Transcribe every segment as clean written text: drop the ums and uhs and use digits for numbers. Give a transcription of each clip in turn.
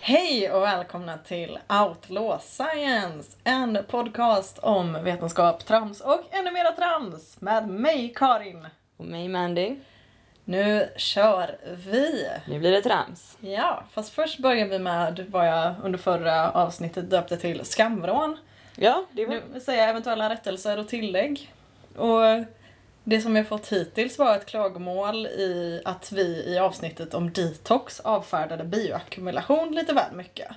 Hej och välkomna till Outlaw Science, en podcast om vetenskap, trams och ännu mera trams med mig Karin. Och mig Mandy. Nu kör vi! Nu blir det trams. Ja, fast först börjar vi med vad jag under förra avsnittet döpte till skamvrån. Ja, det var... Nu vill säga eventuella rättelser och tillägg. Och det som vi har fått hittills var ett klagomål i att vi i avsnittet om detox avfärdade bioackumulation lite väl mycket.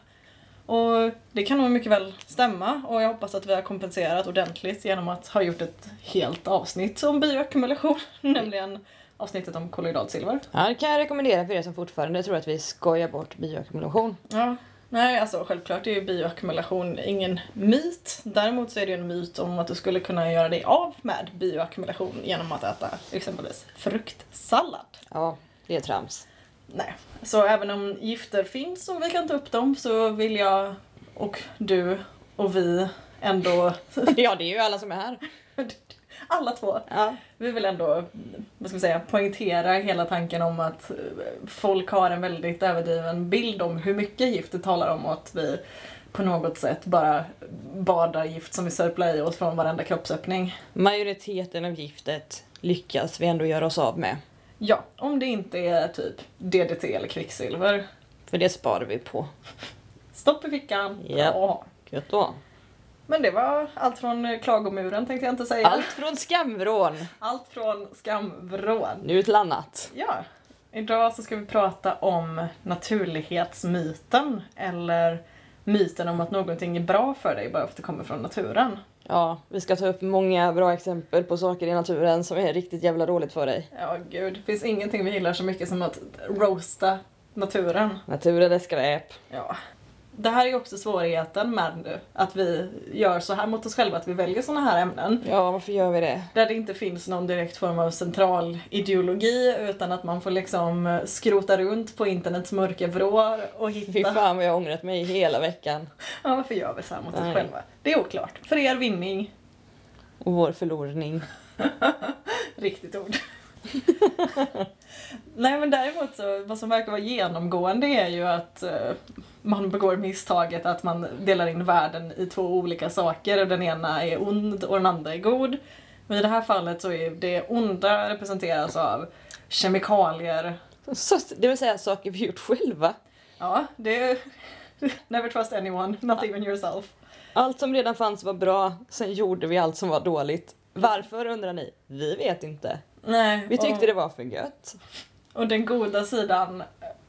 Och det kan nog mycket väl stämma och jag hoppas att vi har kompenserat ordentligt genom att ha gjort ett helt avsnitt om bioackumulation, nämligen avsnittet om kolloidalt silver. Ja, det kan jag rekommendera för er som fortfarande tror att vi skojar bort bioackumulation. Ja, nej alltså självklart är ju bioackumulation ingen myt. Däremot så är det en myt om att du skulle kunna göra dig av med bioackumulation genom att äta exempelvis fruktsallad. Ja, det är trams. Nej, så även om gifter finns och vi kan ta upp dem så vill jag och du och vi ändå... Ja, det är ju alla som är här. Alla två. Ja. Vi vill ändå, vad ska vi säga, poängtera hela tanken om att folk har en väldigt överdriven bild om hur mycket gift det talar om och att vi på något sätt bara badar gift som vi sörplar i oss från varenda kroppsöppning. Majoriteten av giftet lyckas vi ändå göra oss av med. Ja, om det inte är typ DDT eller kvicksilver. För det sparar vi på. Stopp i fickan. Ja. Bra. Gött då. Men det var allt från klagomuren tänkte jag inte säga. Allt från skamvrån. Allt från skamvrån. Nu till annat. Ja, idag så ska vi prata om naturlighetsmyten. Eller myten om att någonting är bra för dig bara för att det kommer från naturen. Ja, vi ska ta upp många bra exempel på saker i naturen som är riktigt jävla dåligt för dig. Ja, gud. Det finns ingenting vi gillar så mycket som att roasta naturen. Naturen är skräp. Ja. Det här är också svårigheten med att vi gör så här mot oss själva, att vi väljer såna här ämnen. Ja, varför gör vi det? Där det inte finns någon direkt form av central ideologi utan att man får liksom skrota runt på internets mörka vrår och hitta... Fy fan vad jag har ångrat mig hela veckan. Ja, varför gör vi så här mot oss Nej. själva? Det är oklart. För er vinning. Och vår förlorning. Riktigt ord. Nej, men däremot så, vad som verkar vara genomgående är ju att man begår misstaget att man delar in världen i två olika saker. Den ena är ond och den andra är god. Men i det här fallet så är det onda representeras av kemikalier. Så, det vill säga saker vi gjort själva. Ja, det är... Never trust anyone, not even yourself. Allt som redan fanns var bra, sen gjorde vi allt som var dåligt. Varför undrar ni? Vi vet inte. Nej, Vi tyckte det var för gött. Och den goda sidan,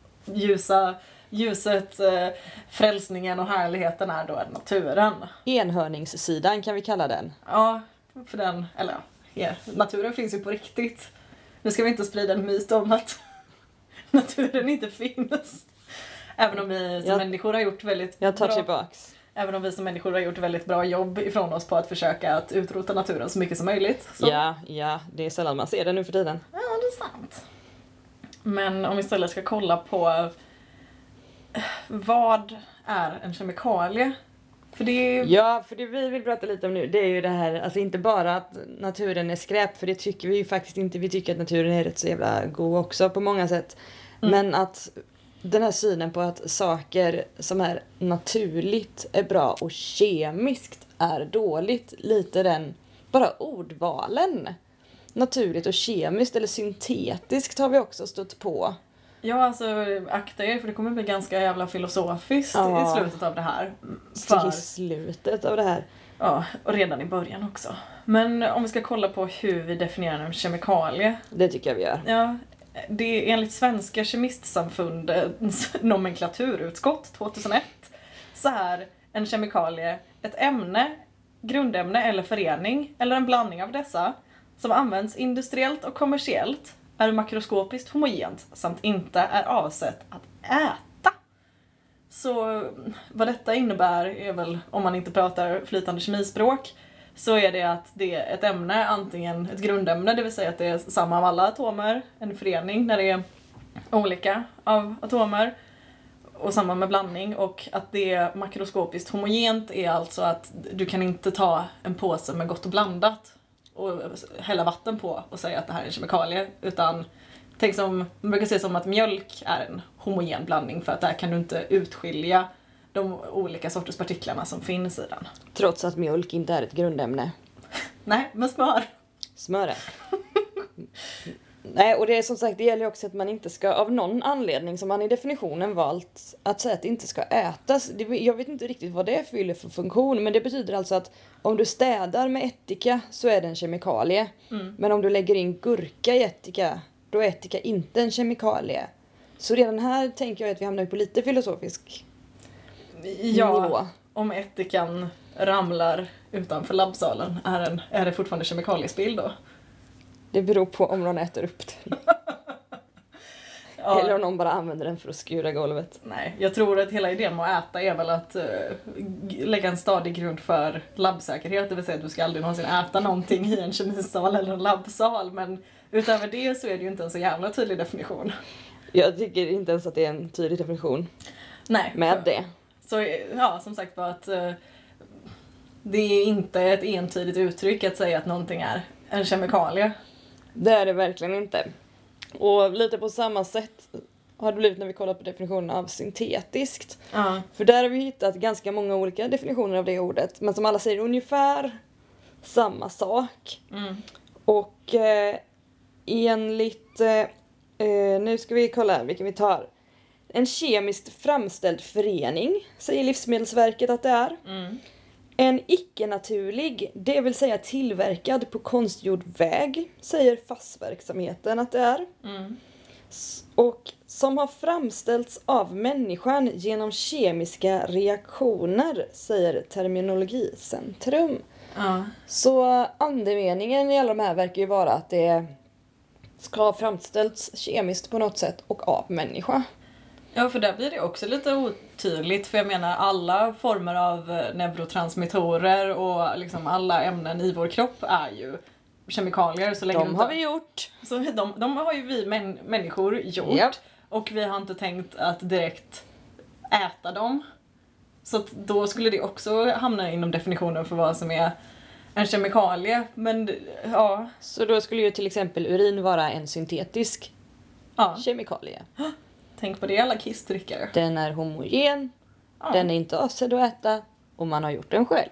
ljuset, frälsningen och härligheten är då naturen. Enhörningssidan kan vi kalla den. Ja, för den, eller ja, naturen finns ju på riktigt. Nu ska vi inte sprida en myt om att naturen inte finns. Även om vi som människor har gjort väldigt Jag tar bra... tillbaks. Även om vi som människor har gjort väldigt bra jobb ifrån oss på att försöka att utrota naturen så mycket som möjligt. Så. Ja, det är sällan man ser det nu för tiden. Ja, det är sant. Men om vi istället ska kolla på vad är en kemikalie? För det är... Ja, för det vi vill prata lite om nu, det är ju det här, alltså inte bara att naturen är skräp, för det tycker vi ju faktiskt inte. Vi tycker att naturen är rätt så jävla god också på många sätt. Men att den här synen på att saker som är naturligt är bra och kemiskt är dåligt, lite den, bara ordvalen. Naturligt och kemiskt eller syntetiskt har vi också stött på. Ja, alltså akta er för det kommer bli ganska jävla filosofiskt i slutet av det här. I slutet av det här. Ja, och redan i början också. Men om vi ska kolla på hur vi definierar en kemikalie. Det tycker jag vi gör. Ja, det är enligt Svenska Kemistsamfundets nomenklaturutskott 2001 så här: en kemikalie, ett ämne, grundämne eller förening eller en blandning av dessa som används industriellt och kommersiellt, är makroskopiskt homogent samt inte är avsett att äta. Så vad detta innebär är väl, om man inte pratar flytande kemispråk, så är det att det är ett ämne, antingen ett grundämne, det vill säga att det är samma av alla atomer, en förening när det är olika av atomer, och samma med blandning, och att det är makroskopiskt homogent är alltså att du kan inte ta en påse med gott och blandat och hälla vatten på och säga att det här är en kemikalie, utan Tänk som, man brukar säga som att mjölk är en homogen blandning för att där kan du inte utskilja de olika sorters partiklarna som finns i den. Trots att mjölk inte är ett grundämne. Nej, men smör. Smör. Nej, och det är som sagt, det gäller också att man inte ska, av någon anledning som man i definitionen valt att säga att det inte ska ätas. Jag vet inte riktigt vad det fyller för funktion, men det betyder alltså att om du städar med ättika så är det en kemikalie. Men om du lägger in gurka i ättika, då är ättika inte en kemikalie. Så redan här tänker jag att vi hamnar på lite filosofisk nivå. Om ättikan ramlar utanför labbsalen, är det fortfarande kemikaliespill då? Det beror på om någon äter upp den. Ja. Eller om någon bara använder den för att skura golvet. Nej, jag tror att hela idén med att äta är väl att lägga en stadig grund för labbsäkerhet. Det vill säga att du ska aldrig någonsin äta någonting i en kemisal eller en labbsal. Men utöver det så är det ju inte en så jävla tydlig definition. Jag tycker inte ens att det är en tydlig definition. Nej. Med det. Så ja, som sagt var att det är inte ett entydigt uttryck att säga att någonting är en kemikalie. Det är det verkligen inte. Och lite på samma sätt har det blivit när vi kollar på definitionen av syntetiskt. För där har vi hittat ganska många olika definitioner av det ordet. Men som alla säger ungefär samma sak. Och enligt... nu ska vi kolla här vilken vi tar. En kemiskt framställd förening, säger Livsmedelsverket att det är. En icke-naturlig, det vill säga tillverkad på konstgjord väg, säger FASS-verksamheten att det är. Och som har framställts av människan genom kemiska reaktioner, säger Terminologicentrum. Så andemeningen i alla de här verkar ju vara att det ska ha framställts kemiskt på något sätt och av människa. Ja, för där blir det också lite otydligt. För jag menar, alla former av neurotransmittorer och liksom alla ämnen i vår kropp är ju kemikalier. Så länge de har vi gjort. Så de har ju vi människor gjort. Yep. Och vi har inte tänkt att direkt äta dem. Så att då skulle det också hamna inom definitionen för vad som är en kemikalie. Men ja. Så då skulle ju till exempel urin vara en syntetisk kemikalie. Tänk på det, alla kissdryckare. Den är homogen, den är inte avsedd att äta och man har gjort den själv.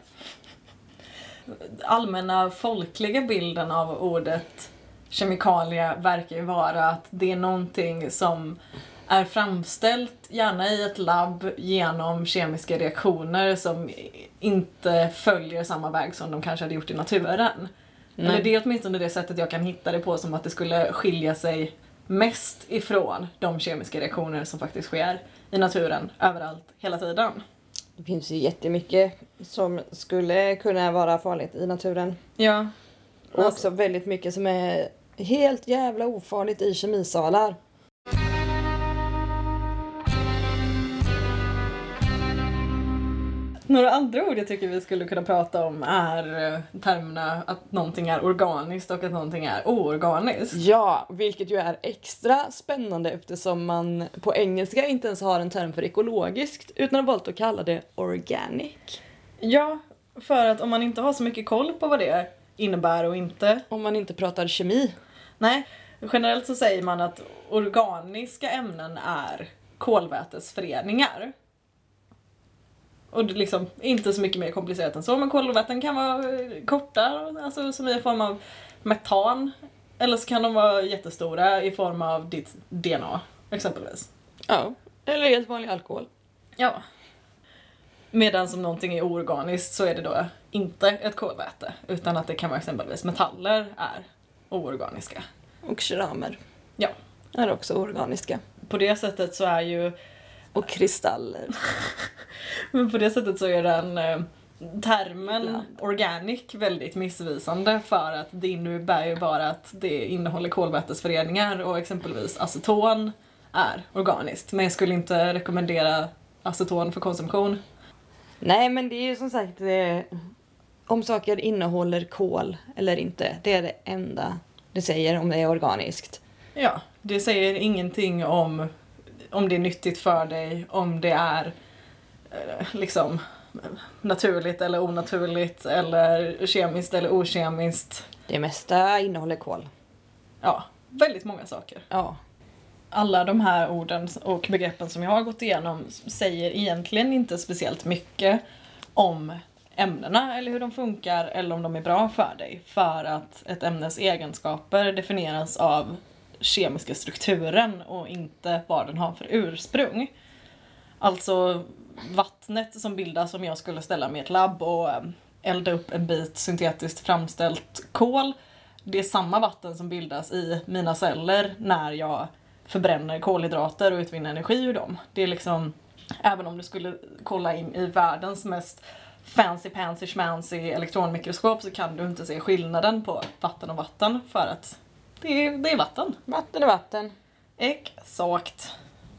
Allmänna folkliga bilden av ordet kemikalie verkar ju vara att det är någonting som är framställt gärna i ett labb genom kemiska reaktioner som inte följer samma väg som de kanske hade gjort i naturen. Eller det är åtminstone det sättet jag kan hitta det på, som att det skulle skilja sig mest ifrån de kemiska reaktioner som faktiskt sker i naturen överallt hela tiden. Det finns ju jättemycket som skulle kunna vara farligt i naturen. Ja. Och också väldigt mycket som är helt jävla ofarligt i kemisalar. Några andra ord jag tycker vi skulle kunna prata om är termerna att någonting är organiskt och att någonting är oorganiskt. Ja, vilket ju är extra spännande eftersom man på engelska inte ens har en term för ekologiskt utan har valt att kalla det organic. Ja, för att om man inte har så mycket koll på vad det innebär och inte... Om man inte pratar kemi. Nej, generellt så säger man att organiska ämnen är kolvätesföreningar. Och det är liksom inte så mycket mer komplicerat än så. Men kolväten kan vara korta, alltså som i form av metan. Eller så kan de vara jättestora i form av ditt DNA, exempelvis. Ja, eller helt vanlig alkohol. Ja. Medan som någonting är oorganiskt så är det då inte ett kolväte. Utan att det kan vara exempelvis metaller är oorganiska. Och keramer. Ja. Är också organiska. På det sättet så är ju... Och kristaller. Men på det sättet så är den termen organic väldigt missvisande, för att det innebär ju bara att det innehåller kolvätesföreningar och exempelvis aceton är organiskt. Men jag skulle inte rekommendera aceton för konsumtion. Nej, men det är ju som sagt om saker innehåller kol eller inte. Det är det enda det säger om det är organiskt. Ja, det säger ingenting om det är nyttigt för dig, om det är liksom naturligt eller onaturligt eller kemiskt eller okemiskt. Det mesta innehåller kol. Ja, väldigt många saker. Ja. Alla de här orden och begreppen som jag har gått igenom säger egentligen inte speciellt mycket om ämnena eller hur de funkar eller om de är bra för dig. För att ett ämnes egenskaper definieras av kemiska strukturen och inte vad den har för ursprung. Alltså vattnet som bildas om jag skulle ställa mig i ett labb och elda upp en bit syntetiskt framställt kol. Det är samma vatten som bildas i mina celler när jag förbränner kolhydrater och utvinner energi ur dem. Det är liksom, även om du skulle kolla in i världens mest fancy schmancy elektronmikroskop så kan du inte se skillnaden på vatten och vatten för att det är vatten. Vatten är vatten. Exakt.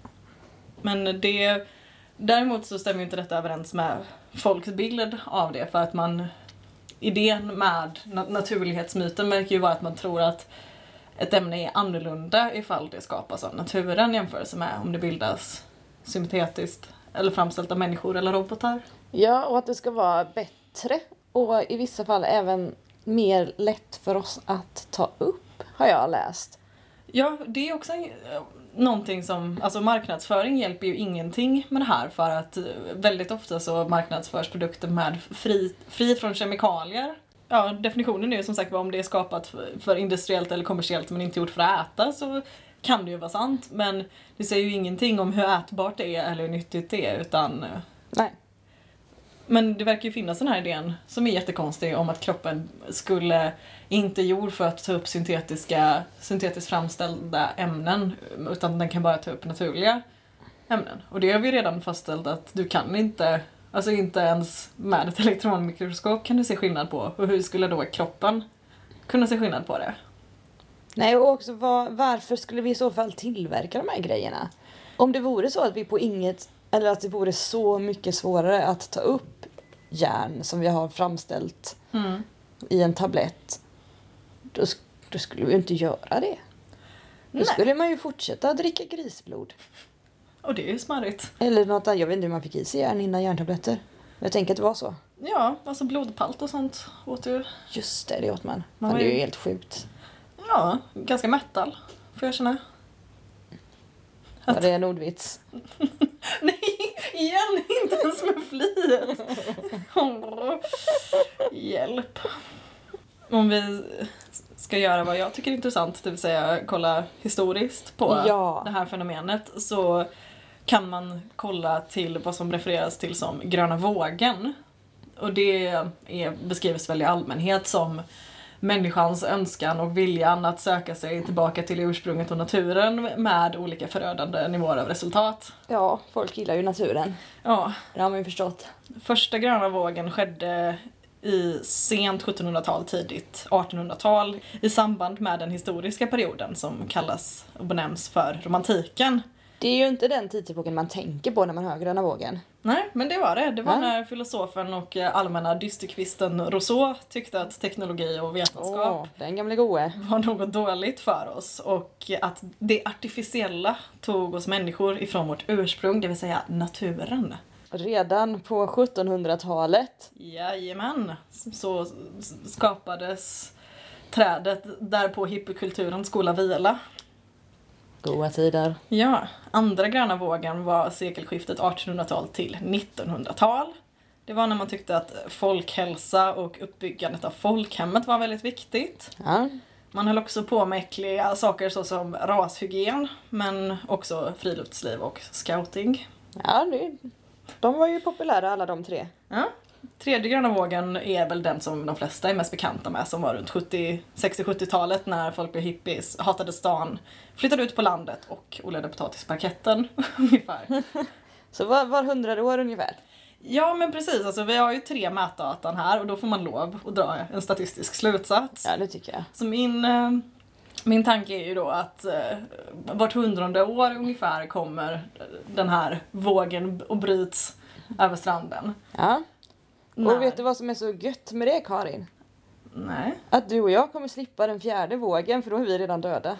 Men däremot så stämmer inte detta överens med folks bild av det för att idén med naturlighetsmyten verkar ju vara att man tror att ett ämne är annorlunda ifall det skapas av naturen jämfört med om det bildas syntetiskt eller framställt av människor eller robotar. Ja, och att det ska vara bättre och i vissa fall även mer lätt för oss att ta upp, har jag läst. Ja, det är också någonting som, alltså marknadsföring hjälper ju ingenting med det här för att väldigt ofta så marknadsförs produkter med fri från kemikalier. Ja, definitionen är ju som sagt om det är skapat för industriellt eller kommersiellt men inte gjort för att äta så kan det ju vara sant. Men det säger ju ingenting om hur ätbart det är eller hur nyttigt det är utan... Nej. Men det verkar ju finnas den här idén som är jättekonstig om att kroppen skulle inte gjord för att ta upp syntetiskt framställda ämnen utan den kan bara ta upp naturliga ämnen. Och det har vi redan fastställt att du kan inte, alltså inte ens med ett elektronmikroskop kan du se skillnad på. Och hur skulle då kroppen kunna se skillnad på det? Nej, och också varför skulle vi i så fall tillverka de här grejerna? Om det vore så att vi på inget, eller att det vore så mycket svårare att ta upp järn som vi har framställt i en tablett, då skulle vi inte göra det. Då skulle man ju fortsätta dricka grisblod. Och det är ju smarrigt. Eller något annat, jag vet inte hur man fick i sig järn innan järntabletter. Jag tänker att det var så. Ja, alltså blodpalt och sånt åt du. Just det åt man. Det är ju helt sjukt. Ja, ganska metal, får jag känna. Var det en ordvits? Nej, igen, inte ens med flit. Hjälp. Om vi ska göra vad jag tycker är intressant, det vill säga kolla historiskt på det här fenomenet, så kan man kolla till vad som refereras till som gröna vågen. Och det beskrivs väl i allmänhet som människans önskan och viljan att söka sig tillbaka till ursprunget och naturen med olika förödande nivåer av resultat. Ja, folk gillar ju naturen. Ja. Det har man ju förstått. Första gröna vågen skedde i sent 1700-tal, tidigt 1800-tal i samband med den historiska perioden som kallas och benämns för romantiken. Det är ju inte den tidsepoken man tänker på när man hör gröna vågen. Nej, men det var det. Det var när filosofen och allmänna dysterkvisten Rousseau tyckte att teknologi och vetenskap den gamla goe var något dåligt för oss. Och att det artificiella tog oss människor ifrån vårt ursprung, det vill säga naturen. Redan på 1700-talet. Jajamän, så skapades trädet där på hippiekulturen skola vila. Goda tider. Ja, andra gröna vågen var sekelskiftet 1800-tal till 1900-tal. Det var när man tyckte att folkhälsa och uppbyggandet av folkhemmet var väldigt viktigt. Ja. Man höll också på med äckliga saker såsom rashygien, men också friluftsliv och scouting. Ja, de var ju populära alla de tre. Ja. Tredje gröna vågen är väl den som de flesta är mest bekanta med, som var runt 60-70-talet när folk blev hippies, hatade stan, flyttade ut på landet och odlade potatisparketten ungefär. Så var 100 år ungefär? Ja, men precis. Alltså, vi har ju 3 mätdatan här och då får man lov att dra en statistisk slutsats. Ja, det tycker jag. Så min tanke är ju då att vart 100:e år ungefär kommer den här vågen och bryts över stranden. Ja. Och vet du vad som är så gött med det, Karin? Nej. Att du och jag kommer slippa den 4:e vågen, för då är vi redan döda.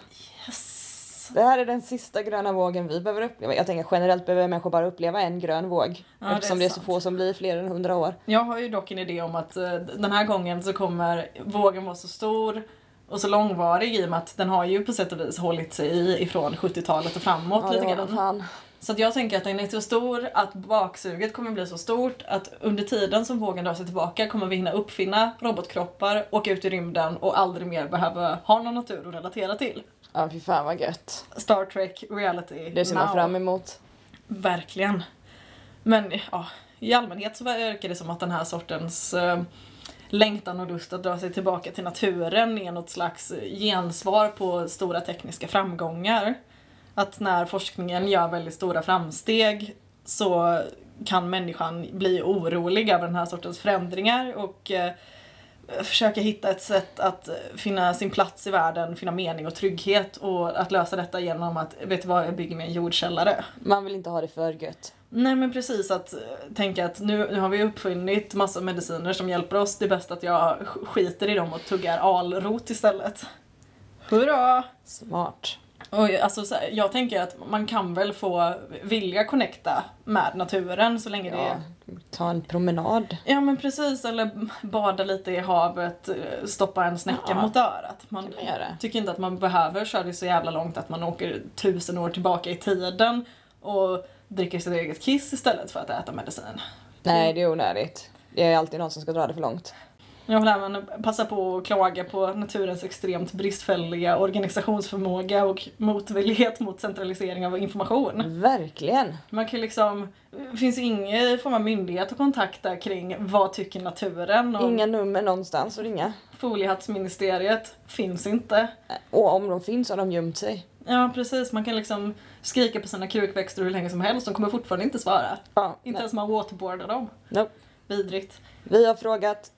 Yes. Det här är den sista gröna vågen vi behöver uppleva. Jag tänker generellt behöver människor bara uppleva en grön våg. Ja, eftersom det är så få som blir fler än 100 år. Jag har ju dock en idé om att den här gången så kommer vågen vara så stor och så långvarig i och med att den har ju på sätt och vis hållit sig ifrån 70-talet och framåt lite grann. Fan. Så att jag tänker att den är så stor att baksuget kommer bli så stort att under tiden som vågen drar sig tillbaka kommer vi hinna uppfinna robotkroppar, åka ut i rymden och aldrig mer behöva ha någon natur att relatera till. Ja, fy fan vad gött. Star Trek reality. Det ser man fram emot. Verkligen. Men ja, i allmänhet så verkar det som att den här sortens längtan och lust att dra sig tillbaka till naturen är något slags gensvar på stora tekniska framgångar. Att när forskningen gör väldigt stora framsteg så kan människan bli orolig över den här sortens förändringar och försöka hitta ett sätt att finna sin plats i världen, finna mening och trygghet och att lösa detta genom att, vet du vad, jag bygger mig en jordkällare. Man vill inte ha det för gött. Nej men precis, att tänka att nu har vi uppfunnit massa mediciner som hjälper oss, det är bäst att jag skiter i dem och tuggar alrot istället. Hurra! Smart. Och alltså, jag tänker att man kan väl få vilja connecta med naturen så länge det... Ta en promenad. Ja men precis, eller bada lite i havet, stoppa en snäcka mot örat. Man tycker inte att man behöver köra det så jävla långt att man åker 1000 år tillbaka i tiden och dricker sitt eget kiss istället för att äta medicin. Nej, det är onödigt. Det är alltid någon som ska dra det för långt. Jag vill även passa på att klaga på naturens extremt bristfälliga organisationsförmåga och motvillighet mot centralisering av information. Verkligen. Man kan det finns ingen form av myndighet att kontakta kring vad tycker naturen. Och inga nummer någonstans att ringa. Foliehattsministeriet finns inte. Och om de finns har de gömt sig. Ja precis, man kan skrika på sina krukväxter hur länge som helst, de kommer fortfarande inte svara. Ja, inte ens man waterboardar dem. Nope. Vidrigt. Vi har frågat.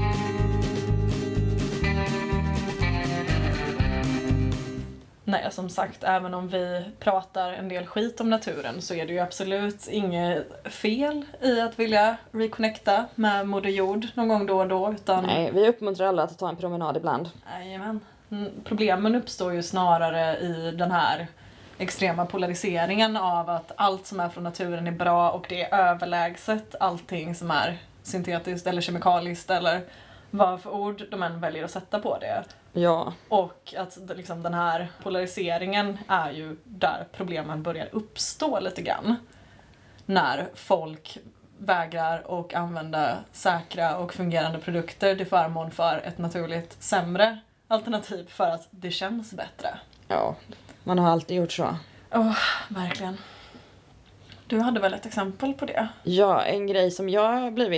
Nej, som sagt, även om vi pratar en del skit om naturen så är det ju absolut inget fel i att vilja reconnecta med Moder Jord någon gång då och då. Utan... Nej, vi uppmuntrar alla att ta en promenad ibland. Jajamän. Problemen uppstår ju snarare i den här extrema polariseringen av att allt som är från naturen är bra och det är överlägset allting som är syntetiskt eller kemikaliskt eller vad för ord de än väljer att sätta på det. Ja. Och att den här polariseringen är ju där problemen börjar uppstå lite grann. När folk vägrar och använda säkra och fungerande produkter till förmån för ett naturligt sämre alternativ för att det känns bättre. Ja, man har alltid gjort så. Verkligen. Du hade väl ett exempel på det? Ja, en grej som jag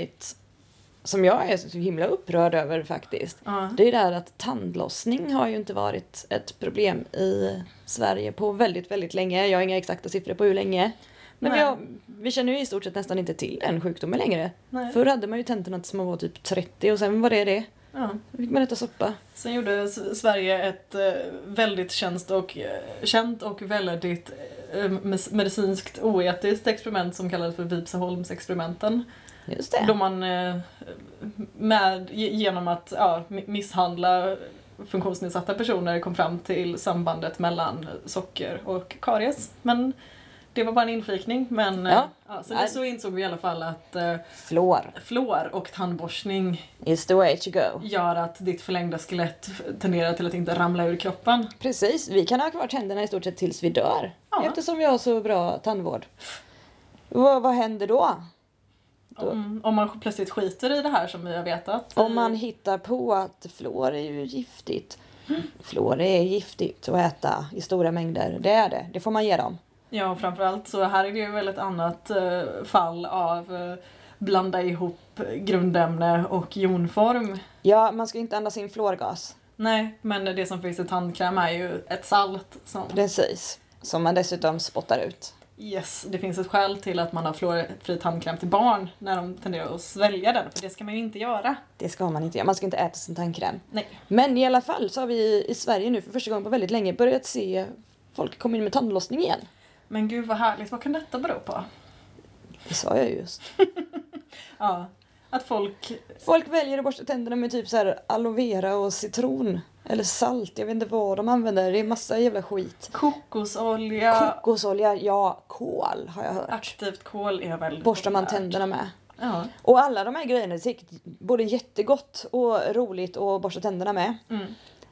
är så himla upprörd över faktiskt. Det är det här att tandlossning har ju inte varit ett problem i Sverige på väldigt, väldigt länge. Jag har inga exakta siffror på hur länge. Men vi känner ju i stort sett nästan inte till den sjukdomen längre. Nej. Förr hade man ju tänderna tills man var typ 30 och sen var det. Ja. Då fick man äta soppa. Sen gjorde Sverige ett väldigt känt och väldigt medicinskt oetiskt experiment som kallades för Vipeholmsexperimenten. Just det. Då man genom att misshandla funktionsnedsatta personer kom fram till sambandet mellan socker och karies. Men det var bara en inflikning. Men så insåg vi i alla fall att fluor och tandborstning is the way to go. Gör att ditt förlängda skelett tenderar till att inte ramla ur kroppen. Precis, vi kan ha kvar tänderna i stort sett tills vi dör. Ja. Eftersom vi har så bra tandvård. Vad händer då? Om man plötsligt skiter i det här som vi har vetat. Om man hittar på att fluor är ju giftigt. Fluor är giftigt att äta i stora mängder. Det är det. Det får man ge dem. Ja, och framförallt så här är det ju väl ett annat fall av blanda ihop grundämne och jonform. Ja, man ska inte andas in fluorgas. Nej, men det som finns i tandkräm är ju ett salt. Precis, som man dessutom spottar ut. Yes, det finns ett skäl till att man har fluorfri tandkräm till barn när de tenderar att svälja den, för det ska man ju inte göra. Det ska man inte göra, man ska inte äta sin tandkräm. Nej. Men i alla fall så har vi i Sverige nu för första gången på väldigt länge börjat se folk komma in med tandlossning igen. Men gud vad härligt, vad kan detta bero på? Det sa jag just. Ja, att folk väljer att borsta tänderna med typ så här aloe vera och citron. Eller salt, jag vet inte vad de använder. Det är massa jävla skit. Kokosolja, ja, kol har jag hört. Aktivt kol är väl borstar man tänderna med. Ja. Och alla de här grejerna är säkert både jättegott och roligt att borsta tänderna med.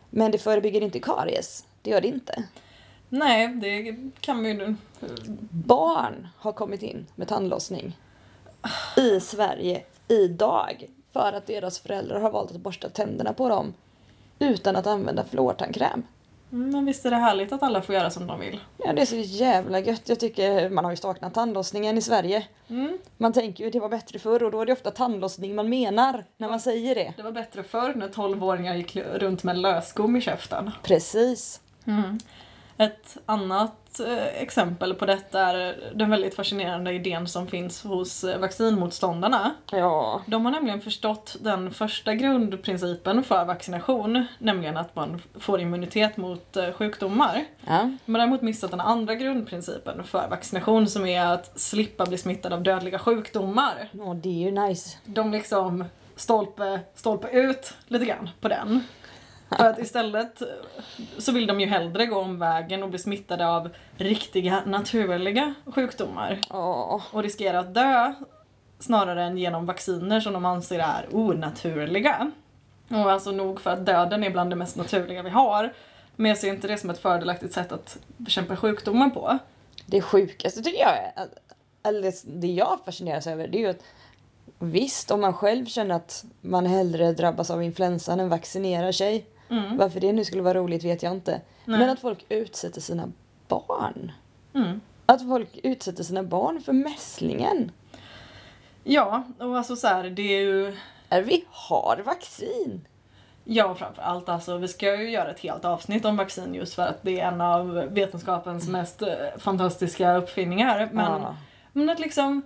Men det förebygger inte karies. Det gör det inte. Nej, det kan vi ju... Barn har kommit in med tandlossning i Sverige idag. För att deras föräldrar har valt att borsta tänderna på dem utan att använda fluortandkräm. Men visst är det härligt att alla får göra som de vill. Ja, det är så jävla gött. Jag tycker man har ju saknat tandlossningen i Sverige. Man tänker ju att det var bättre förr och då är det ofta tandlossning man menar när man säger det. Det var bättre förr när 12-åringar gick runt med lösgom i käften. Precis. Ett annat exempel på detta är den väldigt fascinerande idén som finns hos vaccinmotståndarna. Ja. De har nämligen förstått den första grundprincipen för vaccination, nämligen att man får immunitet mot sjukdomar. Ja. De har däremot missat den andra grundprincipen för vaccination som är att slippa bli smittad av dödliga sjukdomar. Ja, det är ju nice. De liksom stolpe ut lite grann på den. För att istället så vill de ju hellre gå om vägen och bli smittade av riktiga, naturliga sjukdomar. Och riskera att dö snarare än genom vacciner som de anser är onaturliga. Och alltså nog för att döden är bland det mest naturliga vi har. Men jag ser inte det som ett fördelaktigt sätt att bekämpa sjukdomar på. Det sjukaste tycker jag är, eller det jag fascineras över, det är ju att visst, om man själv känner att man hellre drabbas av influensan än vaccinerar sig. Varför det nu skulle vara roligt vet jag inte. Nej. Men att folk utsätter sina barn. Att folk utsätter sina barn för mässlingen. Ja, och alltså så här, det är ju... Vi har vaccin. Ja, framför allt. Alltså, vi ska ju göra ett helt avsnitt om vaccin just för att det är en av vetenskapens mest fantastiska uppfinningar. Men att liksom...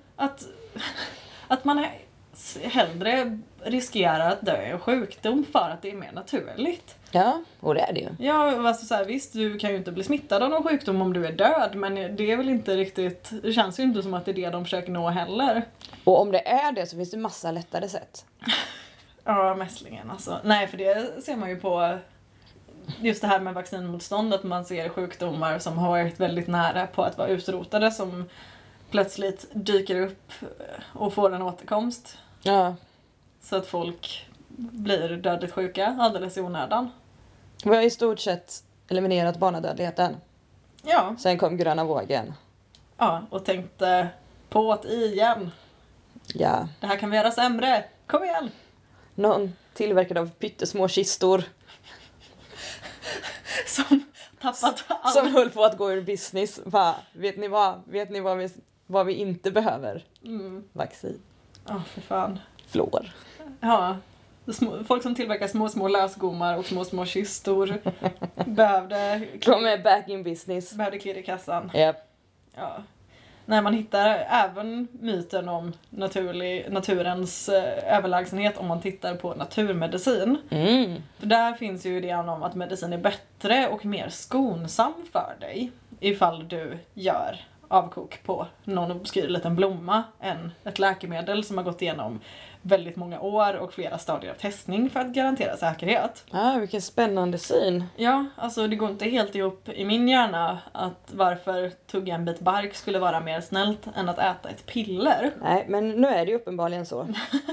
Att man hellre riskerar att dö i en sjukdom för att det är mer naturligt. Ja, och det är det ju. Ja, alltså så här, visst, du kan ju inte bli smittad av någon sjukdom om du är död, men det är väl inte riktigt, det känns ju inte som att det är det de försöker nå heller. Och om det är det så finns det massa lättare sätt. Ja, mässlingen alltså. Nej, för det ser man ju på just det här med vaccinmotstånd, att man ser sjukdomar som har varit väldigt nära på att vara utrotade som plötsligt dyker upp och får en återkomst. Ja. Så att folk blir dödligt sjuka alldeles i onödan. Vi har i stort sett eliminerat barnadödligheten. Ja. Sen kom gröna vågen. Ja, och tänkte på det igen. Ja. Det här kan vi göra sämre. Kom igen! Någon tillverkad av pyttesmå kistor. Som tappat alla. Som höll på att gå ur business. Vet ni vad vi inte behöver? Vaccin. Ja, för fan. Fluor. Ja. Folk som tillverkar små lösgommar och små kistor behövde... De är back in business. Behövde klirra i kassan. Yep. Ja. Nej, man hittar även myten om naturens överlägsenhet om man tittar på naturmedicin. För där finns ju idén om att medicin är bättre och mer skonsam för dig ifall du gör avkok på någon obskyr liten blomma än ett läkemedel som har gått igenom väldigt många år och flera stadier av testning för att garantera säkerhet. Vilken spännande syn. Ja, alltså det går inte helt ihop i min hjärna att varför tugga en bit bark skulle vara mer snällt än att äta ett piller. Nej, men nu är det ju uppenbarligen så.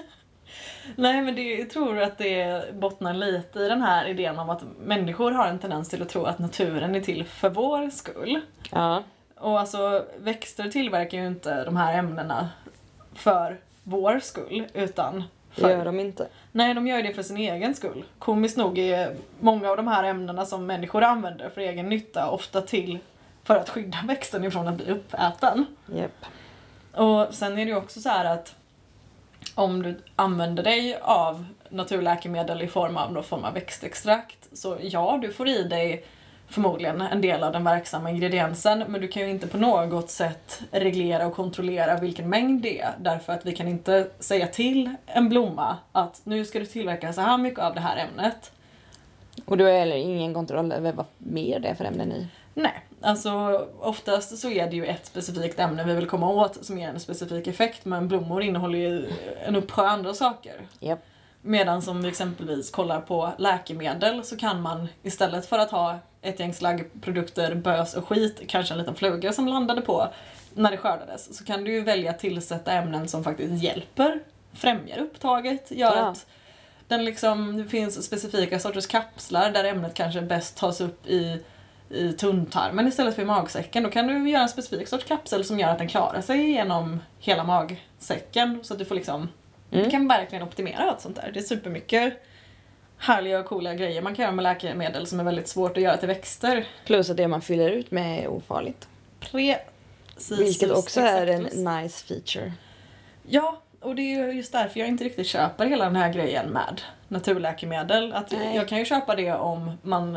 Nej, men jag tror att det bottnar lite i den här idén om att människor har en tendens till att tro att naturen är till för vår skull. Ja. Och alltså växter tillverkar ju inte de här ämnena för vår skull, utan för... Det gör de inte. Nej, de gör det för sin egen skull. Komiskt nog är många av de här ämnena som människor använder för egen nytta ofta till för att skydda växten ifrån att bli uppäten. Japp. Och sen är det ju också så här att om du använder dig av naturläkemedel i form av någon form av växtextrakt, så ja, du får i dig förmodligen en del av den verksamma ingrediensen, men du kan ju inte på något sätt reglera och kontrollera vilken mängd det är, därför att vi kan inte säga till en blomma att nu ska du tillverka så här mycket av det här ämnet. Och du har heller ingen kontroll över vad mer det är för ämnen i? Nej, alltså oftast så är det ju ett specifikt ämne vi vill komma åt som ger en specifik effekt, men blommor innehåller ju en uppsjö andra saker. Japp. Medan som vi exempelvis kollar på läkemedel så kan man istället för att ha ett gäng slaggprodukter, bös och skit, kanske en liten fluga som landade på när det skördades, så kan du ju välja att tillsätta ämnen som faktiskt hjälper, främjar upptaget, gör att Den liksom, det finns specifika sorters kapslar där ämnet kanske bäst tas upp i tunntarmen istället för i magsäcken. Då kan du göra en specifik sorts kapsel som gör att den klarar sig genom hela magsäcken. Så att du får liksom, du kan verkligen optimera allt sånt där. Det är supermycket härliga och coola grejer man kan göra med läkemedel som är väldigt svårt att göra till växter. Plus att det man fyller ut med är ofarligt. Precis. Vilket också är en nice feature. Ja, och det är just därför jag inte riktigt köper hela den här grejen med naturläkemedel. Att jag kan ju köpa det om man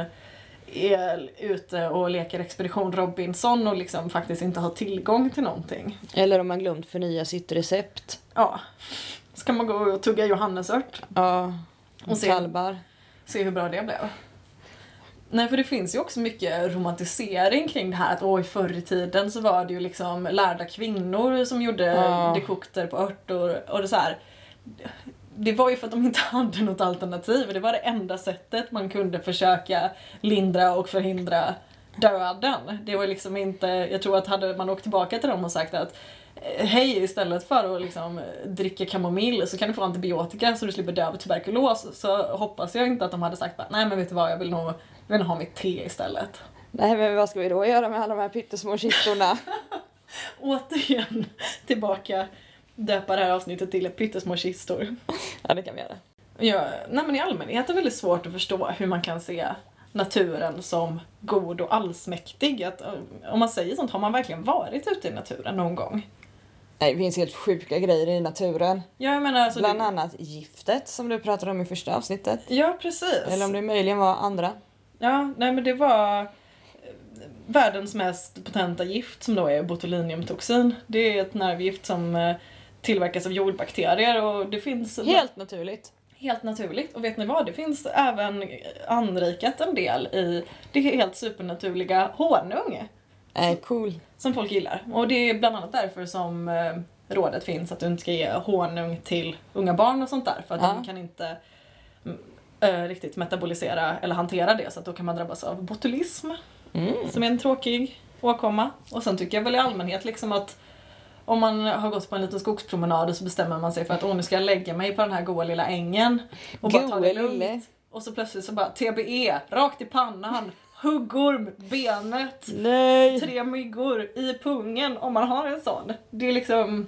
är ute och leker Expedition Robinson och liksom faktiskt inte har tillgång till någonting. Eller om man glömt förnya sitt recept. Ja. Så kan man gå och tugga johannesört. Ja, och se hur bra det blev. Nej, för det finns ju också mycket romantisering kring det här att förr i tiden så var det ju liksom lärda kvinnor som gjorde dekokter på örter och det så här. Det var ju för att de inte hade något alternativ. Det var det enda sättet man kunde försöka lindra och förhindra döden. Det var liksom inte, jag tror att hade man åkt tillbaka till dem och sagt att hej, istället för att liksom dricka kamomill så kan du få antibiotika så du slipper dö av tuberkulos, så hoppas jag inte att de hade sagt nej men vet du vad, jag vill nog ha mitt te istället. Nej, men vad ska vi då göra med alla de här pyttesmå kistorna? Återigen tillbaka, döpa det här avsnittet till pyttesmå kistor. Ja, det kan vi göra. Ja, nej men i allmänhet är det väldigt svårt att förstå hur man kan se naturen som god och allsmäktig. Att, om man säger sånt, har man verkligen varit ute i naturen någon gång? Nej, det finns helt sjuka grejer i naturen. Ja, jag menar alltså bland annat giftet som du pratade om i första avsnittet. Ja, precis. Eller om det möjligen var andra. Ja, nej men det var världens mest potenta gift som då är botulinumtoxin. Det är ett nervgift som tillverkas av jordbakterier och det finns... Helt naturligt. Helt naturligt. Och vet ni vad? Det finns även anrikat en del i det helt supernaturliga honung. Cool. Som folk gillar. Och det är bland annat därför som rådet finns att du inte ska ge honung till unga barn och sånt där. För att de kan inte riktigt metabolisera eller hantera det. Så att då kan man drabbas av botulism. Som är en tråkig åkomma. Och sen tycker jag väl i allmänhet liksom att om man har gått på en liten skogspromenad och så bestämmer man sig för att nu ska jag lägga mig på den här goa lilla ängen. Och bara ta det lugnt. Och så plötsligt så bara TBE, rakt i pannan. Huggorm, benet, nej. 3 myggor i pungen om man har en sån. Det är liksom,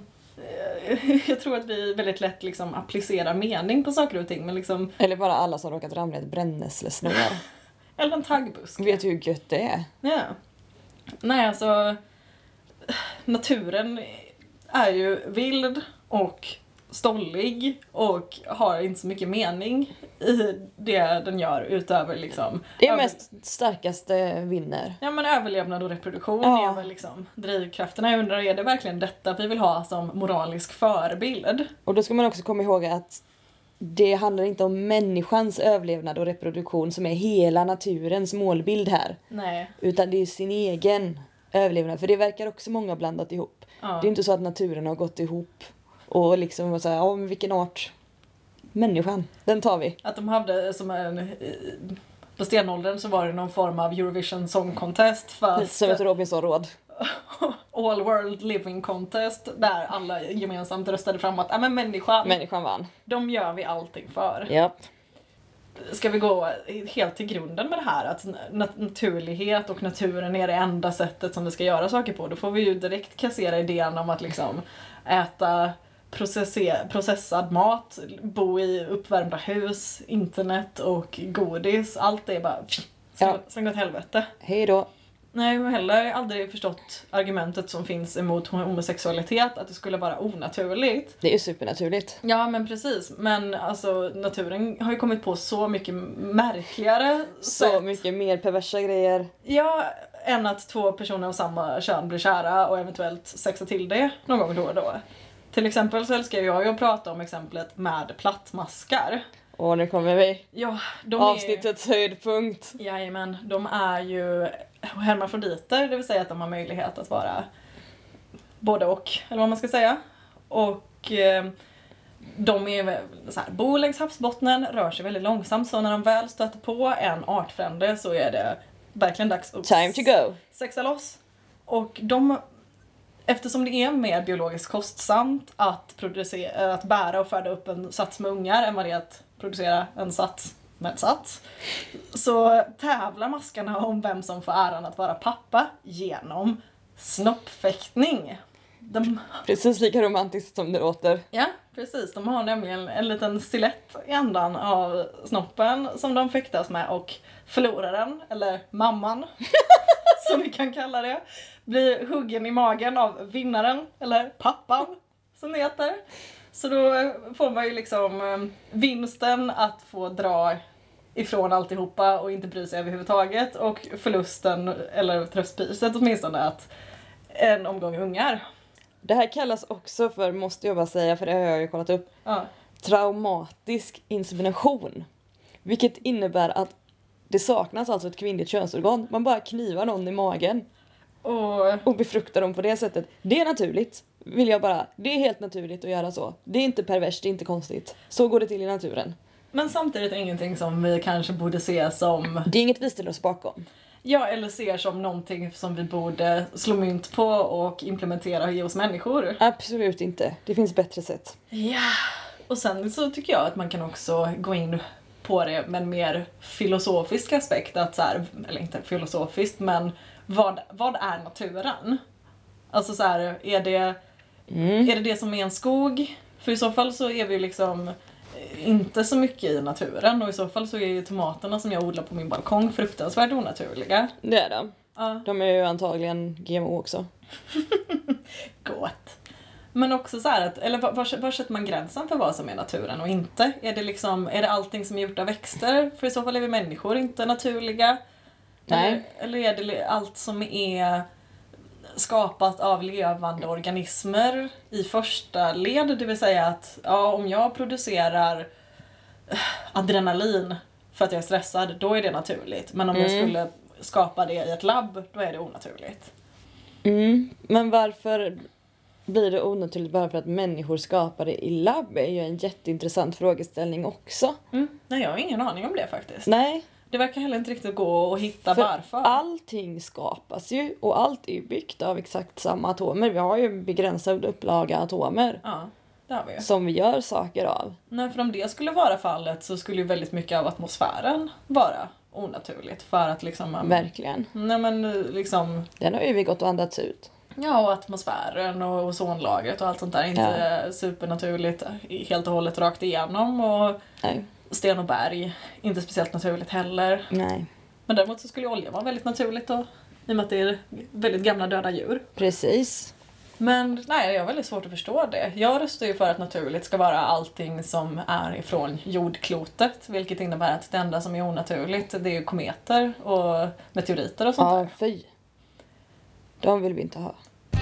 jag tror att vi väldigt lätt liksom applicerar mening på saker och ting. Men liksom, eller bara alla som råkat ramla i ett brännässlesnår. eller en taggbuske. Vet du hur gött det är? Ja. Nej, alltså naturen är ju vild och stollig och har inte så mycket mening i det den gör utöver liksom... Det är mest starkaste vinner. Ja, men överlevnad och reproduktion är väl liksom drivkrafterna. Jag undrar, är det verkligen detta vi vill ha som moralisk förebild? Och då ska man också komma ihåg att det handlar inte om människans överlevnad och reproduktion som är hela naturens målbild här. Nej. Utan det är sin egen överlevnad. För det verkar också många blandat ihop. Ja. Det är inte så att naturen har gått ihop och liksom så här, men vilken art? Människan, den tar vi. Att de hade som en... På stenåldern så var det någon form av Eurovision Song Contest. Fast som ett Robinson-råd. All World Living Contest. Där alla gemensamt röstade fram att men människan vann. De gör vi allting för. Japp. Ska vi gå helt till grunden med det här? Att naturlighet och naturen är det enda sättet som vi ska göra saker på. Då får vi ju direkt kassera idén om att liksom äta processad mat, bo i uppvärmda hus, internet och godis. Allt är bara sen går åt helvete. Hej då. Nej, jag har heller aldrig förstått argumentet som finns emot homosexualitet, att det skulle vara onaturligt. Det är ju supernaturligt. Ja, men precis. Men alltså, naturen har ju kommit på så mycket märkligare sätt. Så mycket mer perversa grejer. Ja, än att 2 personer av samma kön blir kära och eventuellt sexa till det någon gång då och då. Till exempel så älskar jag ju att prata om exemplet med plattmaskar. Och nu kommer vi. Ja, avsnittets höjdpunkt. Jajamän, de är ju hermafroditer, det vill säga att de har möjlighet att vara både och, eller vad man ska säga. Och de är så här, bor längs havsbottnen, rör sig väldigt långsamt, så när de väl stöter på en artfrände så är det verkligen dags att time to go. Sexa loss. Och de eftersom det är mer biologiskt kostsamt att bära och föda upp en sats med ungar än vad det är att producera en sats med sats, så tävlar maskarna om vem som får äran att vara pappa genom snoppfäktning. Precis lika romantiskt som det låter. Ja, precis. De har nämligen en liten stilett i ändan av snoppen som de fäktas med, och förloraren, eller mamman, som vi kan kalla det, blir huggen i magen av vinnaren, eller pappan, som det heter. Så då får man ju liksom vinsten att få dra ifrån alltihopa och inte bry sig överhuvudtaget, och förlusten, eller tröstpriset åtminstone, att en omgång ungar. Det här kallas också för, måste jag bara säga, för det har jag ju kollat upp, traumatisk insemination. Vilket innebär att det saknas alltså ett kvinnligt könsorgan. Man bara knivar någon i magen och befruktar dem på det sättet. Det är naturligt, det är helt naturligt att göra så. Det är inte perverst, det är inte konstigt. Så går det till i naturen. Men samtidigt är det ingenting som vi kanske borde se som... Det är inget vi ställer oss bakom. Ja, eller ser som någonting som vi borde slå mynt på och implementera i oss människor. Absolut inte. Det finns bättre sätt. Ja, och sen så tycker jag att man kan också gå in på det med en mer filosofisk aspekt. Att så här, eller inte filosofiskt, men vad är naturen? Alltså så här, är det som är en skog? För i så fall så är vi liksom inte så mycket i naturen, och i så fall så är ju tomaterna som jag odlar på min balkong fruktansvärt onaturliga. Det är de. Ja. De är ju antagligen GMO också. Gott. Men också så här att, eller var sätter man gränsen för vad som är naturen och inte? Är det allting som är gjort av växter? För i så fall är vi människor inte naturliga. Nej. Eller är det allt som är skapat av levande organismer i första led, det vill säga att om jag producerar adrenalin för att jag är stressad, då är det naturligt. Men om jag skulle skapa det i ett labb, då är det onaturligt. Men varför blir det onaturligt bara för att människor skapar det i labb? Är ju en jätteintressant frågeställning också. Nej, jag har ingen aning om det faktiskt. Nej. Det verkar heller inte riktigt gå att hitta varför. Allting skapas ju, och allt är ju byggt av exakt samma atomer. Vi har ju en begränsad upplaga atomer. Ja, det har vi. Som vi gör saker av. Nej, för om det skulle vara fallet så skulle ju väldigt mycket av atmosfären vara onaturligt. För att liksom... Verkligen. Nej, men liksom... Den har ju vi gått och andats ut. Ja, och atmosfären och ozonlagret och allt sånt där är inte supernaturligt helt och hållet rakt igenom. Och nej. Sten och berg, inte speciellt naturligt heller. Nej. Men däremot så skulle olja vara väldigt naturligt då, i och med att det är väldigt gamla döda djur. Precis. Men nej, jag har väldigt svårt att förstå det. Jag röstar ju för att naturligt ska vara allting som är ifrån jordklotet, vilket innebär att det enda som är onaturligt, det är ju kometer och meteoriter och sånt där. Ja, fy. De vill vi inte ha.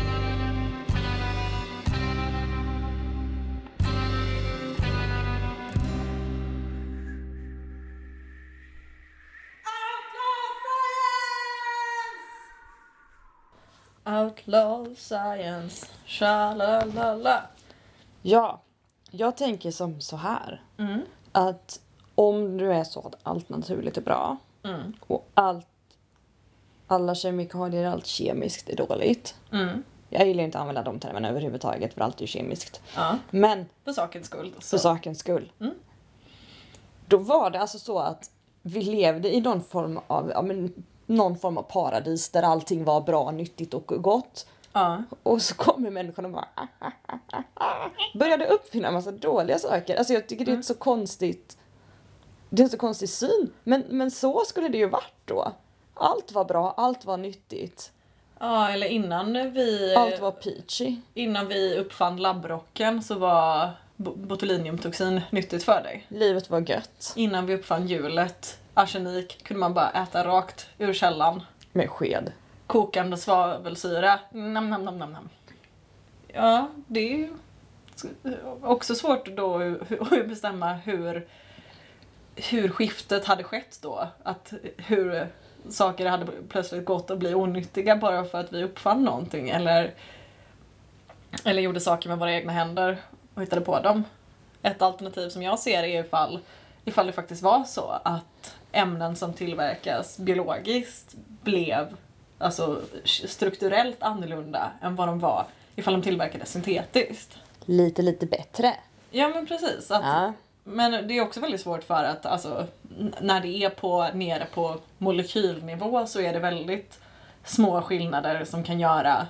Outlaw science, sha-la-la-la. Ja, jag tänker som så här. Att om du är så att allt naturligt är bra och alla kemikalier, allt kemiskt är dåligt. Jag gillar inte att använda de termerna överhuvudtaget, för allt är kemiskt. Ja. Men för sakens skull. för sakens skull. Då var det alltså så att vi levde i någon form av paradis där allting var bra, nyttigt och gott. Ja. Och så kommer människorna och bara började uppfinna en massa dåliga saker. Alltså jag tycker det är så konstigt. Det är en så konstig syn. Men så skulle det ju varit då. Allt var bra, allt var nyttigt. Ja, eller allt var peachy. Innan vi uppfann labbrocken så var botulinumtoxin nyttigt för dig. Livet var gött. Innan vi uppfann hjulet, arsenik, kunde man bara äta rakt ur källan. Med sked. Kokande svavelsyra. Nam. Ja, det är ju också svårt då att bestämma hur skiftet hade skett då. Att hur saker hade plötsligt gått att bli onyttiga bara för att vi uppfann någonting. Eller gjorde saker med våra egna händer och hittade på dem. Ett alternativ som jag ser är ifall det faktiskt var så att ämnen som tillverkas biologiskt blev alltså strukturellt annorlunda än vad de var ifall de tillverkades syntetiskt. Lite bättre. Ja men precis. Men det är också väldigt svårt för att alltså, när det är nere på molekylnivå så är det väldigt små skillnader som kan göra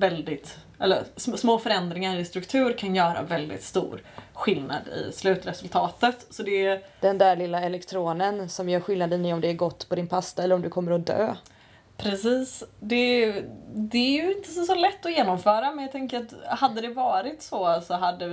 små förändringar i struktur kan göra väldigt stor skillnad i slutresultatet. Så det är den där lilla elektronen som gör skillnaden i om det är gott på din pasta eller om du kommer att dö. Precis. Det är ju inte så lätt att genomföra, men jag tänker att hade det varit så hade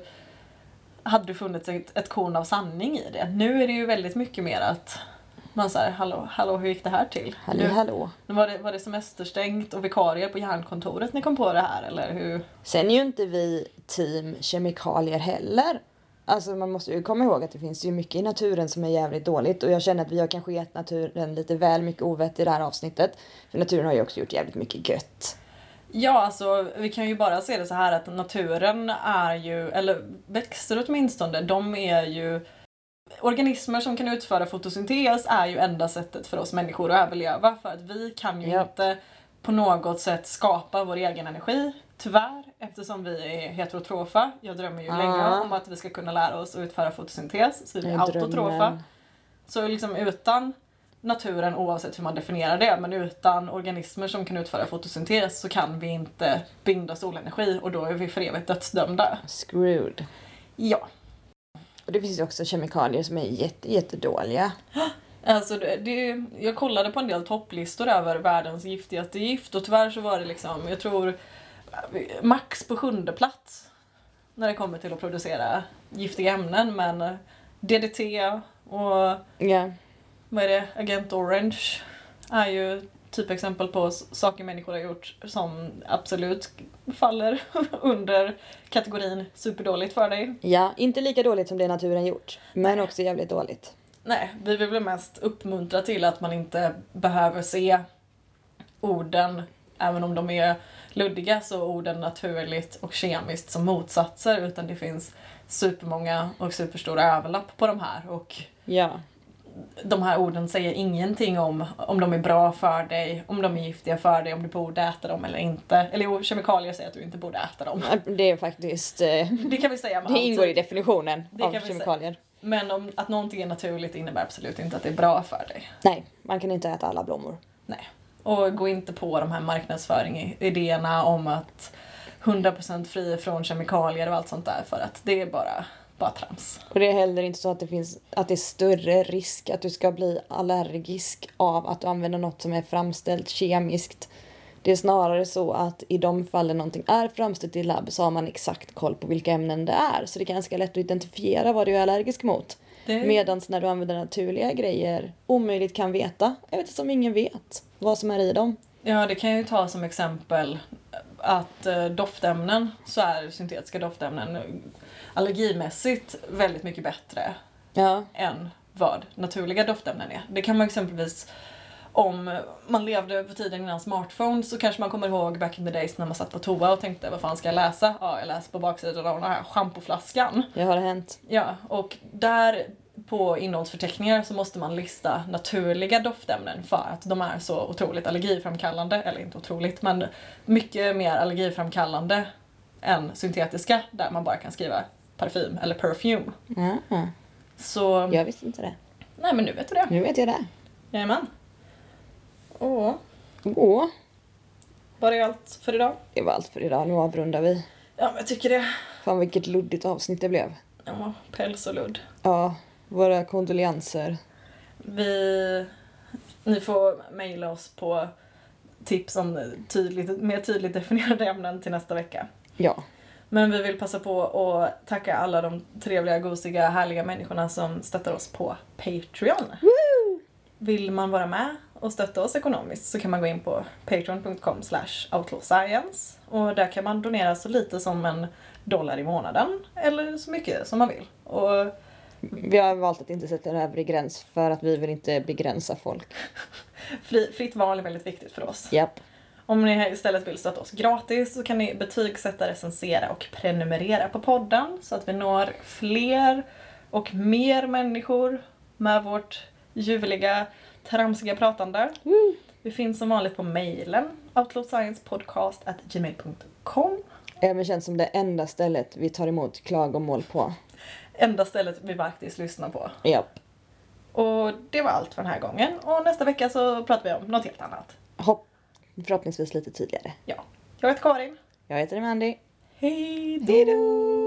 det funnits ett korn av sanning i det. Nu är det ju väldigt mycket mer att man säger hallå, hur gick det här till? Hallå. Nu var det semesterstängt och vikarier på järnkontoret ni kom på det här, eller hur? Sen är ju inte vi team kemikalier heller. Alltså man måste ju komma ihåg att det finns ju mycket i naturen som är jävligt dåligt. Och jag känner att vi har kanske gett naturen lite väl mycket ovett i det här avsnittet. För naturen har ju också gjort jävligt mycket gött. Ja, alltså vi kan ju bara se det så här att naturen är ju, eller växter åtminstone, de är ju organismer som kan utföra fotosyntes är ju enda sättet för oss människor att överleva. För att vi kan ju inte på något sätt skapa vår egen energi. Tyvärr, eftersom vi är heterotrofa. Jag drömmer ju länge om att vi ska kunna lära oss att utföra fotosyntes. Så vi är autotrofa. Så liksom utan naturen, oavsett hur man definierar det, men utan organismer som kan utföra fotosyntes så kan vi inte binda solenergi och då är vi för evigt dödsdömda. Screwed. Ja. Och det finns ju också kemikalier som är jättedåliga. Alltså jag kollade på en del topplistor över världens giftigaste gift och tyvärr så var det liksom, jag tror max på 7:e plats när det kommer till att producera giftiga ämnen, men DDT och vad är det? Agent Orange är ju typ exempel på saker människor har gjort som absolut faller under kategorin superdåligt för dig. Ja, inte lika dåligt som det naturen gjort, men också jävligt dåligt. Nej, vi vill väl mest uppmuntra till att man inte behöver se orden, även om de är luddiga, så orden naturligt och kemiskt som motsatser, utan det finns supermånga och superstora överlapp på de här, och de här orden säger ingenting om de är bra för dig, om de är giftiga för dig, om du borde äta dem eller inte. Eller kemikalier säger att du inte borde äta dem. Det är faktiskt... det kan vi säga med det ingår i definitionen av kemikalier. Säga. Men att någonting är naturligt innebär absolut inte att det är bra för dig. Nej, man kan inte äta alla blommor. Nej. Och gå inte på de här marknadsföring-idéerna om att 100% fri från kemikalier och allt sånt där, för att det är bara trams. Och det är heller inte så att det är större risk att du ska bli allergisk av att du använder något som är framställt kemiskt. Det är snarare så att i de fallen någonting är framställt i labb så har man exakt koll på vilka ämnen det är. Så det är ganska lätt att identifiera vad du är allergisk mot. Medan när du använder naturliga grejer omöjligt kan veta. Jag vet inte, som ingen vet vad som är i dem. Ja, det kan jag ju ta som exempel att doftämnen, så är syntetiska doftämnen allergimässigt väldigt mycket bättre än vad naturliga doftämnen är. Det kan man exempelvis, om man levde på tiden innan smartphone, så kanske man kommer ihåg back in the days när man satt på toa och tänkte, vad fan ska jag läsa? Ja, jag läser på baksidan av den här schampoflaskan. Det har hänt. Ja, och där på innehållsförteckningar så måste man lista naturliga doftämnen för att de är så otroligt allergiframkallande, eller inte otroligt, men mycket mer allergiframkallande än syntetiska, där man bara kan skriva parfym eller perfume. Så jag visste inte det. Nej, men nu vet du det. Nu vet jag det. Jajamän. Var det allt för idag? Det var allt för idag. Nu avrundar vi. Ja, men jag tycker det. Fan, vilket luddigt avsnitt det blev. Ja, päls och ludd. Ja, våra kondolenser. Ni får mejla oss på tips om mer tydligt definierade ämnen till nästa vecka. Ja. Men vi vill passa på att tacka alla de trevliga, gosiga, härliga människorna som stöttar oss på Patreon. Woo! Vill man vara med och stötta oss ekonomiskt så kan man gå in på patreon.com/outlawscience, och där kan man donera så lite som $1 i månaden eller så mycket som man vill. Och vi har valt att inte sätta en övre gräns för att vi vill inte begränsa folk. Fritt val är väldigt viktigt för oss. Japp. Om ni istället vill stötta oss gratis så kan ni betygsätta, recensera och prenumerera på podden så att vi når fler och mer människor med vårt ljuvliga, tramsiga pratande. Vi finns som vanligt på mejlen outlawsciencepodcast@gmail.com. Även känns som det enda stället vi tar emot klagomål på. Enda stället vi faktiskt lyssnar på. Japp. Och det var allt för den här gången. Och nästa vecka så pratar vi om något helt annat. Förhoppningsvis lite tydligare. Ja. Jag heter Karin. Jag heter Mandy. Hej då!